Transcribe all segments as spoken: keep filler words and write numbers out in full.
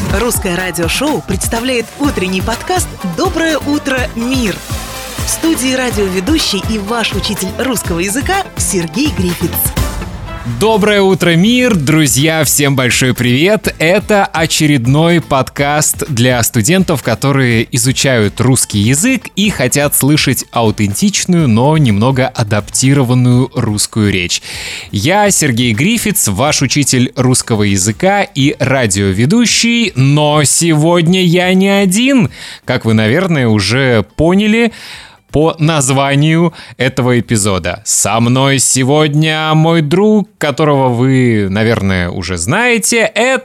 Русское радиошоу представляет утренний подкаст «Доброе утро, мир». В студии радиоведущий и ваш учитель русского языка Сергей Грифиц. Доброе утро, мир! Друзья, всем большой привет! Это очередной подкаст для студентов, которые изучают русский язык и хотят слышать аутентичную, но немного адаптированную русскую речь. Я Сергей Грифиц, ваш учитель русского языка и радиоведущий, но сегодня я не один. Как вы, наверное, уже поняли по названию этого эпизода. Со мной сегодня мой друг, которого вы, наверное, уже знаете.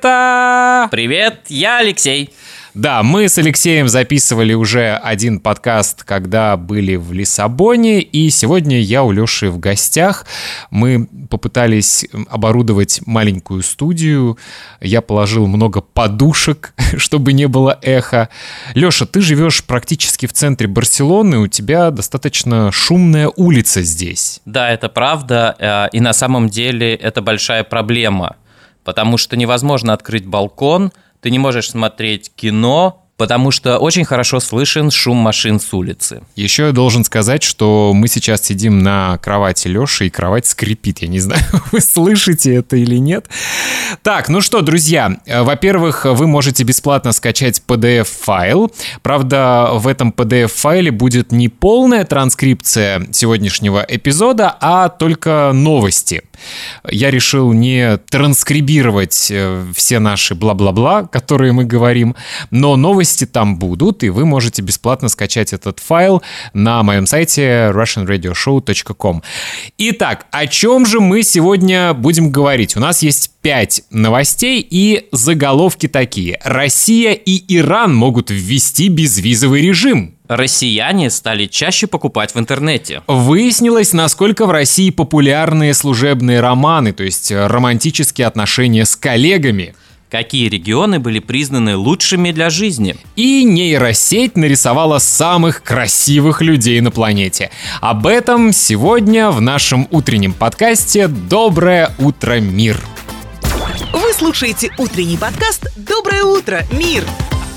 Это... Привет, я Алексей. Да, мы с Алексеем записывали уже один подкаст, когда были в Лиссабоне, и сегодня я у Лёши в гостях. Мы попытались оборудовать маленькую студию, я положил много подушек, чтобы не было эха. Лёша, ты живешь практически в центре Барселоны, у тебя достаточно шумная улица здесь. Да, это правда, и на самом деле это большая проблема, потому что невозможно открыть балкон, ты не можешь смотреть кино, потому что очень хорошо слышен шум машин с улицы. Еще я должен сказать, что мы сейчас сидим на кровати Лёши, и кровать скрипит. Я не знаю, вы слышите это или нет. Так, ну что, друзья, во-первых, вы можете бесплатно скачать пи ди эф-файл. Правда, в этом пи ди эф-файле будет не полная транскрипция сегодняшнего эпизода, а только новости. Я решил не транскрибировать все наши бла-бла-бла, которые мы говорим, но новости там будут, и вы можете бесплатно скачать этот файл на моем сайте russian radio show точка com. Итак, о чем же мы сегодня будем говорить? У нас есть пять новостей, и заголовки такие. Россия и Иран могут ввести безвизовый режим. Россияне стали чаще покупать в интернете. Выяснилось, насколько в России популярны служебные романы, то есть романтические отношения с коллегами. Какие регионы были признаны лучшими для жизни? И нейросеть нарисовала самых красивых людей на планете. Об этом сегодня в нашем утреннем подкасте «Доброе утро, мир». Вы слушаете утренний подкаст «Доброе утро, мир».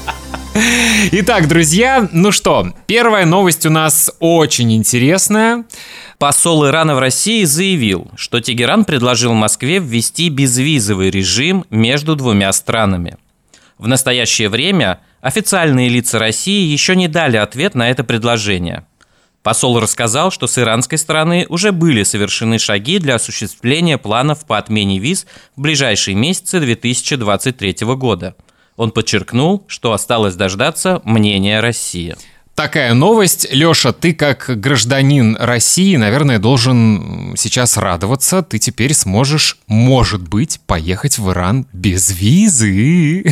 Итак, друзья, ну что, первая новость у нас очень интересная. Посол Ирана в России заявил, что Тегеран предложил Москве ввести безвизовый режим между двумя странами. В настоящее время официальные лица России еще не дали ответ на это предложение. Посол рассказал, что с иранской стороны уже были совершены шаги для осуществления планов по отмене виз в ближайшие месяцы две тысячи двадцать третьего года. Он подчеркнул, что осталось дождаться мнения России. Такая новость. Лёша, ты как гражданин России, наверное, должен сейчас радоваться. Ты теперь сможешь, может быть, поехать в Иран без визы.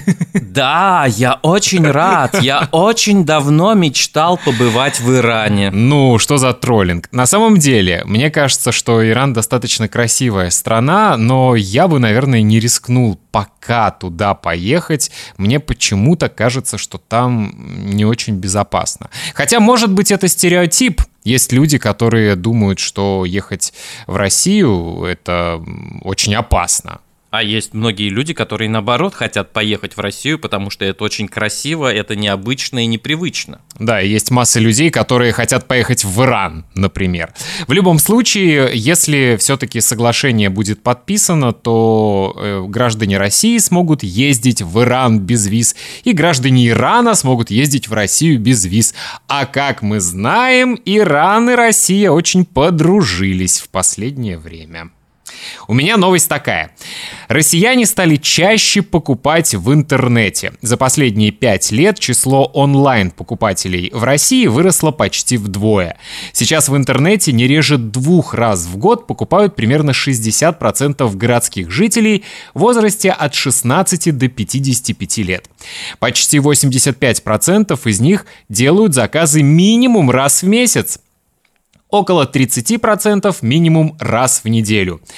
Да, я очень рад. Я очень давно мечтал побывать в Иране. Ну, что за троллинг? На самом деле, мне кажется, что Иран достаточно красивая страна, но я бы, наверное, не рискнул пока туда поехать. Мне почему-то кажется, что там не очень безопасно. Хотя, может быть, это стереотип. Есть люди, которые думают, что ехать в Россию – это очень опасно. А есть многие люди, которые, наоборот, хотят поехать в Россию, потому что это очень красиво, это необычно и непривычно. Да, и есть масса людей, которые хотят поехать в Иран, например. В любом случае, если все-таки соглашение будет подписано, то э, граждане России смогут ездить в Иран без виз, и граждане Ирана смогут ездить в Россию без виз. А как мы знаем, Иран и Россия очень подружились в последнее время. У меня новость такая. Россияне стали чаще покупать в интернете. За последние пять лет число онлайн-покупателей в России выросло почти вдвое. Сейчас в интернете не реже двух раз в год покупают примерно шестьдесят процентов городских жителей в возрасте от шестнадцати до пятидесяти пяти лет. Почти восемьдесят пять процентов из них делают заказы минимум раз в месяц. Около тридцать процентов минимум раз в неделю.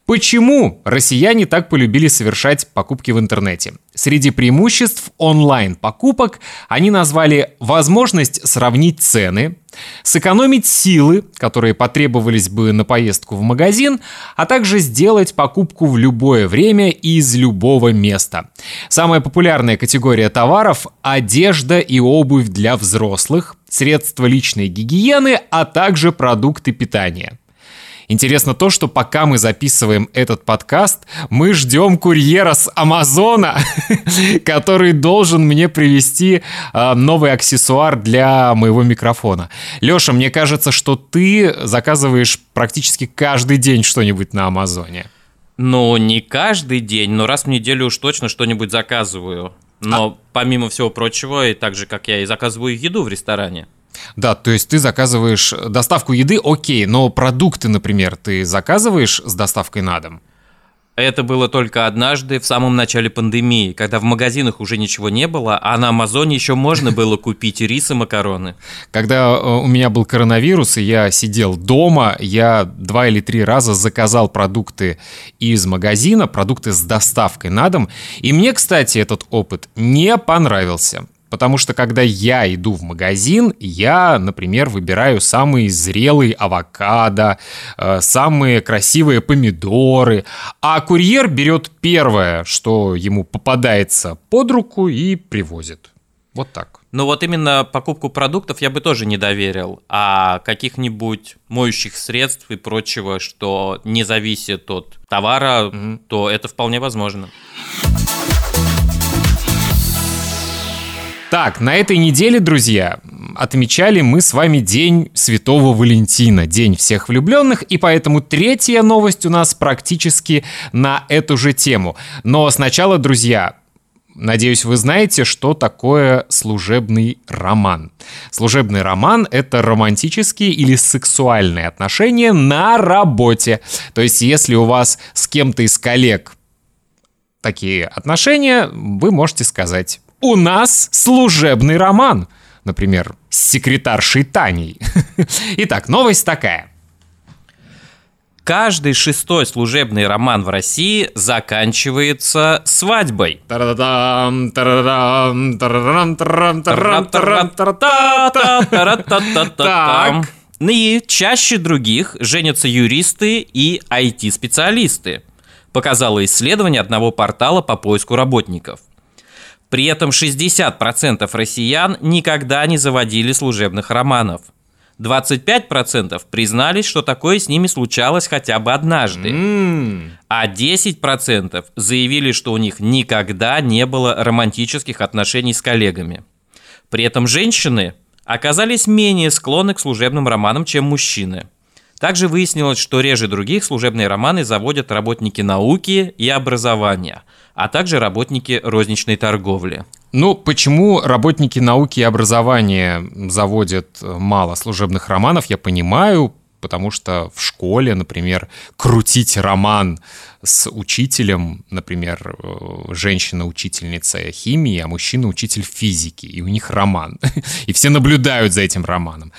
Почему россияне так полюбили совершать покупки в интернете? Среди преимуществ онлайн-покупок они назвали возможность сравнить цены, сэкономить силы, которые потребовались бы на поездку в магазин, а также сделать покупку в любое время и из любого места. Самая популярная категория товаров – одежда и обувь для взрослых, средства личной гигиены, а также продукты питания. Интересно то, что пока мы записываем этот подкаст, мы ждем курьера с Амазона, который должен мне привезти э, новый аксессуар для моего микрофона. Леша, мне кажется, что ты заказываешь практически каждый день что-нибудь на Амазоне. Ну, не каждый день, но раз в неделю уж точно что-нибудь заказываю. Но а... помимо всего прочего, и так же, как я и заказываю еду в ресторане. Да, то есть ты заказываешь доставку еды, окей, но продукты, например, ты заказываешь с доставкой на дом? Это было только однажды в самом начале пандемии, когда в магазинах уже ничего не было, а на Амазоне еще можно было купить рис и макароны. Когда у меня был коронавирус, и я сидел дома, я два или три раза заказал продукты из магазина, продукты с доставкой на дом. И мне, кстати, этот опыт не понравился. Потому что, когда я иду в магазин, я, например, выбираю самый зрелый авокадо, э, самые красивые помидоры, а курьер берет первое, что ему попадается под руку, и привозит. Вот так. Ну вот именно покупку продуктов я бы тоже не доверил, а каких-нибудь моющих средств и прочего, что не зависит от товара, mm-hmm. то это вполне возможно. Так, на этой неделе, друзья, отмечали мы с вами День Святого Валентина, День всех влюбленных, и поэтому третья новость у нас практически на эту же тему. Но сначала, друзья, надеюсь, вы знаете, что такое служебный роман. Служебный роман — это романтические или сексуальные отношения на работе. То есть, если у вас с кем-то из коллег такие отношения, вы можете сказать: у нас служебный роман, например, с секретаршей Таней. Итак, новость такая. Каждый шестой служебный роман в России заканчивается свадьбой. И чаще других женятся юристы и ай ти-специалисты, показало исследование одного портала по поиску работников. При этом шестьдесят процентов россиян никогда не заводили служебных романов. двадцать пять процентов признались, что такое с ними случалось хотя бы однажды. Mm. А десять процентов заявили, что у них никогда не было романтических отношений с коллегами. При этом женщины оказались менее склонны к служебным романам, чем мужчины. Также выяснилось, что реже других служебные романы заводят работники науки и образования, а также работники розничной торговли. Ну, почему работники науки и образования заводят мало служебных романов, я понимаю, потому что в школе, например, крутить роман с учителем, например, женщина-учительница химии, а мужчина-учитель физики, и у них роман, и все наблюдают за этим романом.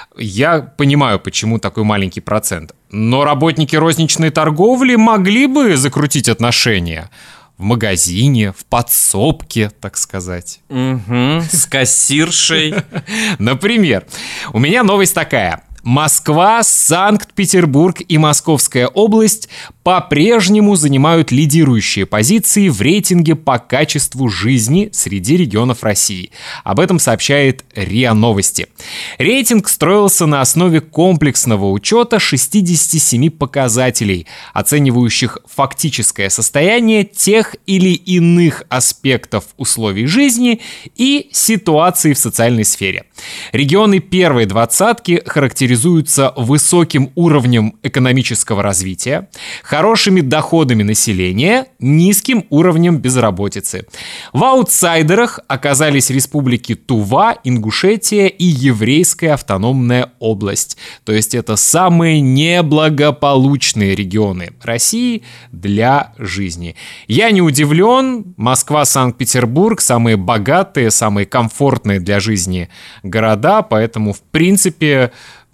Я понимаю, почему такой маленький процент, но работники розничной торговли могли бы закрутить отношения в магазине, в подсобке, так сказать. Угу, с кассиршей. Например, у меня новость такая. Москва, Санкт-Петербург и Московская область по-прежнему занимают лидирующие позиции в рейтинге по качеству жизни среди регионов России. Об этом сообщает РИА Новости. Рейтинг строился на основе комплексного учета шестидесяти семи показателей, оценивающих фактическое состояние тех или иных аспектов условий жизни и ситуации в социальной сфере. Регионы первой двадцатки характеризуются высоким уровнем экономического развития, хорошими доходами населения, низким уровнем безработицы. В аутсайдерах оказались республики Тува, Ингушетия и Еврейская автономная область. То есть это самые неблагополучные регионы России для жизни. Я не удивлен, Москва, Санкт-Петербург самые богатые, самые комфортные для жизни города, поэтому в принципе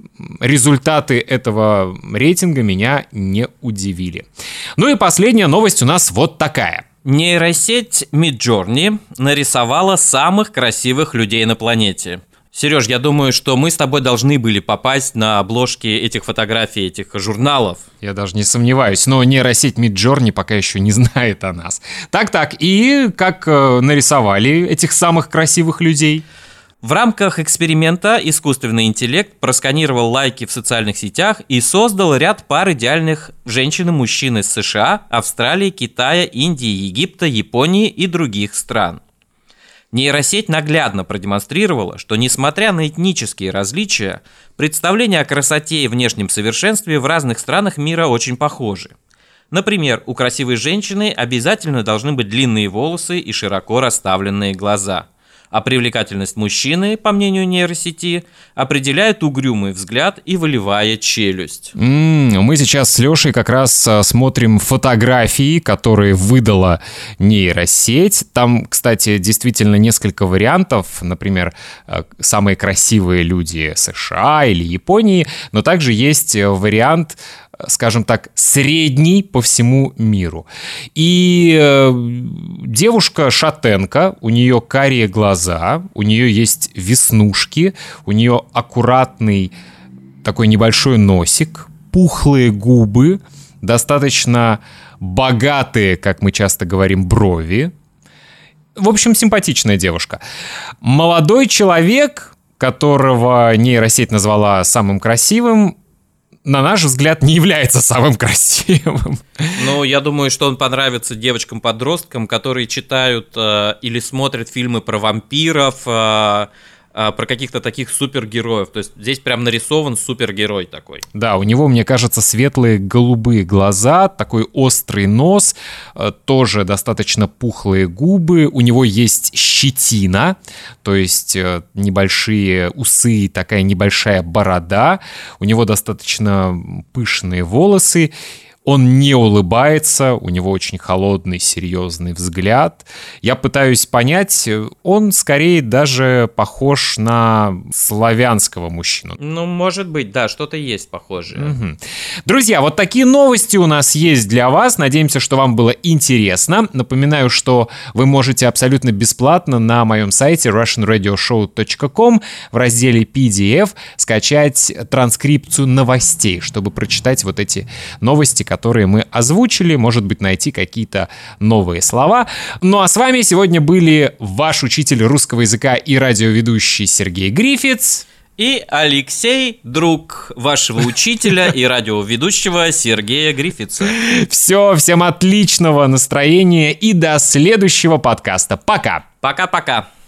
результаты этого рейтинга меня не удивили. Ну и последняя новость у нас вот такая. Нейросеть Midjourney нарисовала самых красивых людей на планете. Сереж, я думаю, что мы с тобой должны были попасть на обложки этих фотографий, этих журналов. Я даже не сомневаюсь, но нейросеть Midjourney пока еще не знает о нас. Так-так, и как э, нарисовали этих самых красивых людей? В рамках эксперимента искусственный интеллект просканировал лайки в социальных сетях и создал ряд пар идеальных женщин и мужчин из США, Австралии, Китая, Индии, Египта, Японии и других стран. Нейросеть наглядно продемонстрировала, что, несмотря на этнические различия, представления о красоте и внешнем совершенстве в разных странах мира очень похожи. Например, у красивой женщины обязательно должны быть длинные волосы и широко расставленные глаза. А привлекательность мужчины, по мнению нейросети, определяет угрюмый взгляд и волевая челюсть. Mm, мы сейчас с Лешей как раз смотрим фотографии, которые выдала нейросеть. Там, кстати, действительно несколько вариантов. Например, самые красивые люди США или Японии. Но также есть вариант, скажем так, средний по всему миру. И э, девушка-шатенка, у нее карие глаза, у нее есть веснушки, у нее аккуратный такой небольшой носик, пухлые губы, достаточно богатые, как мы часто говорим, брови. В общем, симпатичная девушка. Молодой человек, которого нейросеть назвала самым красивым, на наш взгляд, не является самым красивым. Ну, я думаю, что он понравится девочкам-подросткам, которые читают э, или смотрят фильмы про вампиров, э, э, про каких-то таких супергероев. То есть здесь прям нарисован супергерой такой. Да, у него, мне кажется, светлые голубые глаза, такой острый нос, э, тоже достаточно пухлые губы. У него есть щетина, то есть э, небольшие усы, такая небольшая борода. У него достаточно пышные волосы. Он не улыбается, у него очень холодный, серьезный взгляд. Я пытаюсь понять, он скорее даже похож на славянского мужчину. Ну, может быть, да, что-то есть похожее. Угу. Друзья, вот такие новости у нас есть для вас. Надеемся, что вам было интересно. Напоминаю, что вы можете абсолютно бесплатно на моем сайте russian radio show точка com в разделе пи ди эф скачать транскрипцию новостей, чтобы прочитать вот эти новости, которые мы озвучили, может быть, найти какие-то новые слова. Ну а с вами сегодня были ваш учитель русского языка и радиоведущий Сергей Гриффитс и Алексей, друг вашего учителя и радиоведущего Сергея Гриффитса. Все, всем отличного настроения и до следующего подкаста. Пока! Пока-пока!